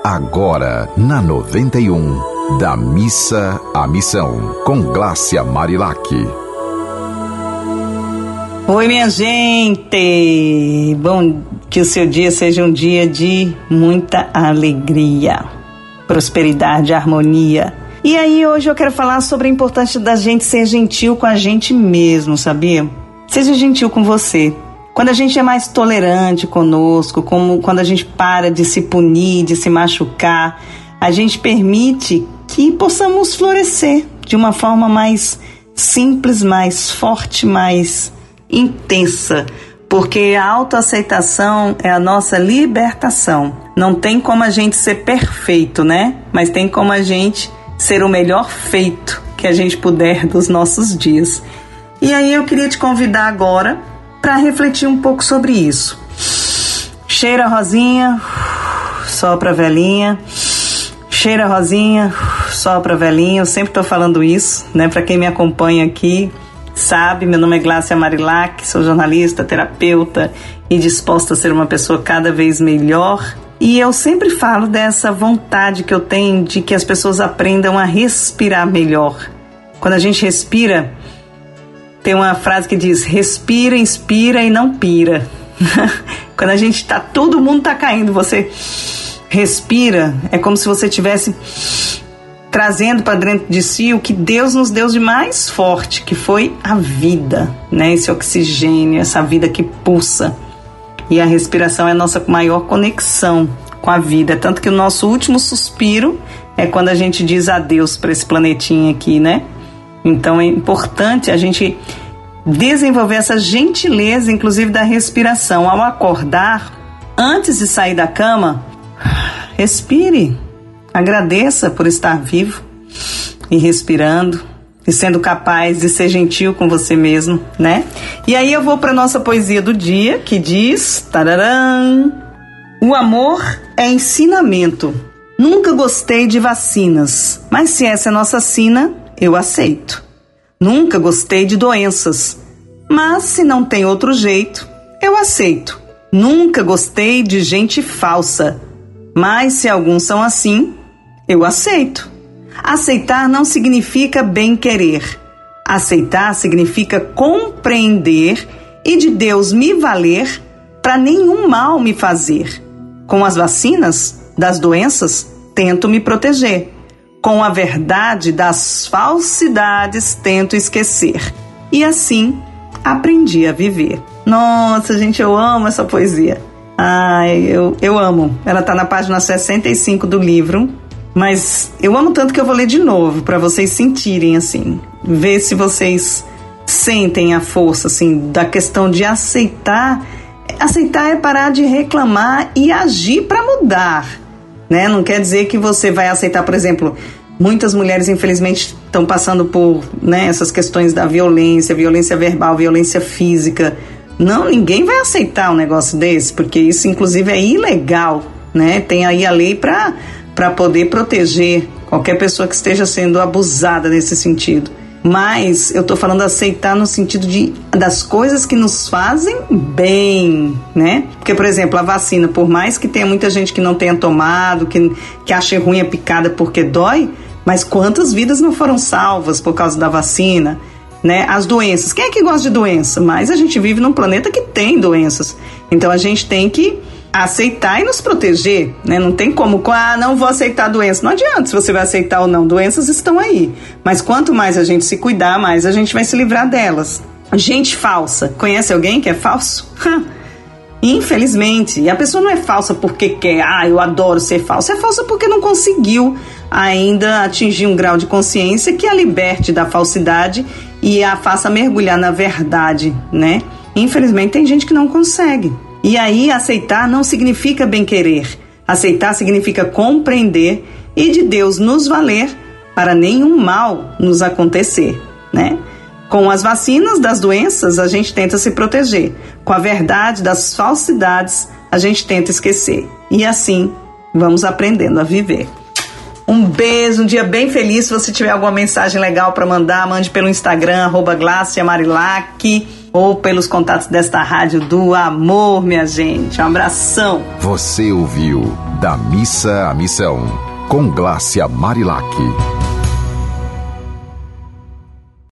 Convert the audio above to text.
Agora, na 91, da Missa à Missão, com Glácia Marilac. Oi, minha gente! Bom, que o seu dia seja um dia de muita alegria, prosperidade, harmonia. E aí, hoje eu quero falar sobre a importância da gente ser gentil com a gente mesmo, sabia? Seja gentil com você. Quando a gente é mais tolerante conosco, como quando a gente para de se punir, de se machucar, a gente permite que possamos florescer de uma forma mais simples, mais forte, mais intensa. Porque a autoaceitação é a nossa libertação. Não tem como a gente ser perfeito, né? Mas tem como a gente ser o melhor feito que a gente puder dos nossos dias. E aí eu queria te convidar agora para refletir um pouco sobre isso. Cheira a rosinha, sopra a velinha. Cheira a rosinha, sopra a velinha. Eu sempre estou falando isso, né? Para quem me acompanha aqui, sabe, meu nome é Glácia Marilac, sou jornalista, terapeuta e disposta a ser uma pessoa cada vez melhor. E eu sempre falo dessa vontade que eu tenho de que as pessoas aprendam a respirar melhor. Quando a gente respira, tem uma frase que diz: respira, inspira e não pira. Quando a gente tá, todo mundo tá caindo, você respira, é como se você estivesse trazendo para dentro de si o que Deus nos deu de mais forte, que foi a vida, né? Esse oxigênio, essa vida que pulsa. E a respiração é a nossa maior conexão com a vida. Tanto que o nosso último suspiro é quando a gente diz adeus para esse planetinha aqui, né? Então é importante a gente desenvolver essa gentileza, inclusive da respiração. Ao acordar, antes de sair da cama, respire. Agradeça por estar vivo e respirando e sendo capaz de ser gentil com você mesmo, né? E aí eu vou para nossa poesia do dia, que diz: tararam, o amor é ensinamento. Nunca gostei de vacinas, mas se essa é nossa sina, eu aceito. Nunca gostei de doenças, mas se não tem outro jeito, eu aceito. Nunca gostei de gente falsa, mas se alguns são assim, eu aceito. Aceitar não significa bem querer. Aceitar significa compreender e de Deus me valer para nenhum mal me fazer. Com as vacinas das doenças, tento me proteger. Com a verdade das falsidades, tento esquecer. E assim, aprendi a viver. Nossa, gente, eu amo essa poesia. Ai, eu amo. Ela tá na página 65 do livro. Mas eu amo tanto que eu vou ler de novo, para vocês sentirem, assim. Ver se vocês sentem a força, assim, da questão de aceitar. Aceitar é parar de reclamar e agir para mudar, né? Não quer dizer que você vai aceitar, por exemplo, muitas mulheres, infelizmente, estão passando por, né, essas questões da violência verbal, violência física. Não, ninguém vai aceitar um negócio desse, porque isso, inclusive, é ilegal, né? Tem aí a lei para poder proteger qualquer pessoa que esteja sendo abusada nesse sentido. Mas eu tô falando aceitar no sentido das coisas que nos fazem bem, né? Porque, por exemplo, a vacina, por mais que tenha muita gente que não tenha tomado, que ache ruim a picada porque dói, mas quantas vidas não foram salvas por causa da vacina, né? As doenças, quem é que gosta de doença? Mas a gente vive num planeta que tem doenças, então a gente tem que aceitar e nos proteger, né? Não tem como, não vou aceitar a doença. Não adianta se você vai aceitar ou não, doenças estão aí. Mas quanto mais a gente se cuidar, mais a gente vai se livrar delas. Gente falsa, conhece alguém que é falso? Infelizmente, e a pessoa não é falsa porque quer, eu adoro ser falsa. É falsa porque não conseguiu ainda atingir um grau de consciência que a liberte da falsidade e a faça mergulhar na verdade, né? Infelizmente tem gente que não consegue. E aí aceitar não significa bem querer. Aceitar significa compreender e de Deus nos valer para nenhum mal nos acontecer, né? Com as vacinas das doenças, a gente tenta se proteger. Com a verdade das falsidades, a gente tenta esquecer. E assim, vamos aprendendo a viver. Um beijo, um dia bem feliz. Se você tiver alguma mensagem legal para mandar, mande pelo Instagram, @GláciaMarilac. ou pelos contatos desta rádio do amor, minha gente. Um abração. Você ouviu Da Missa à Missão, com Glácia Marilac.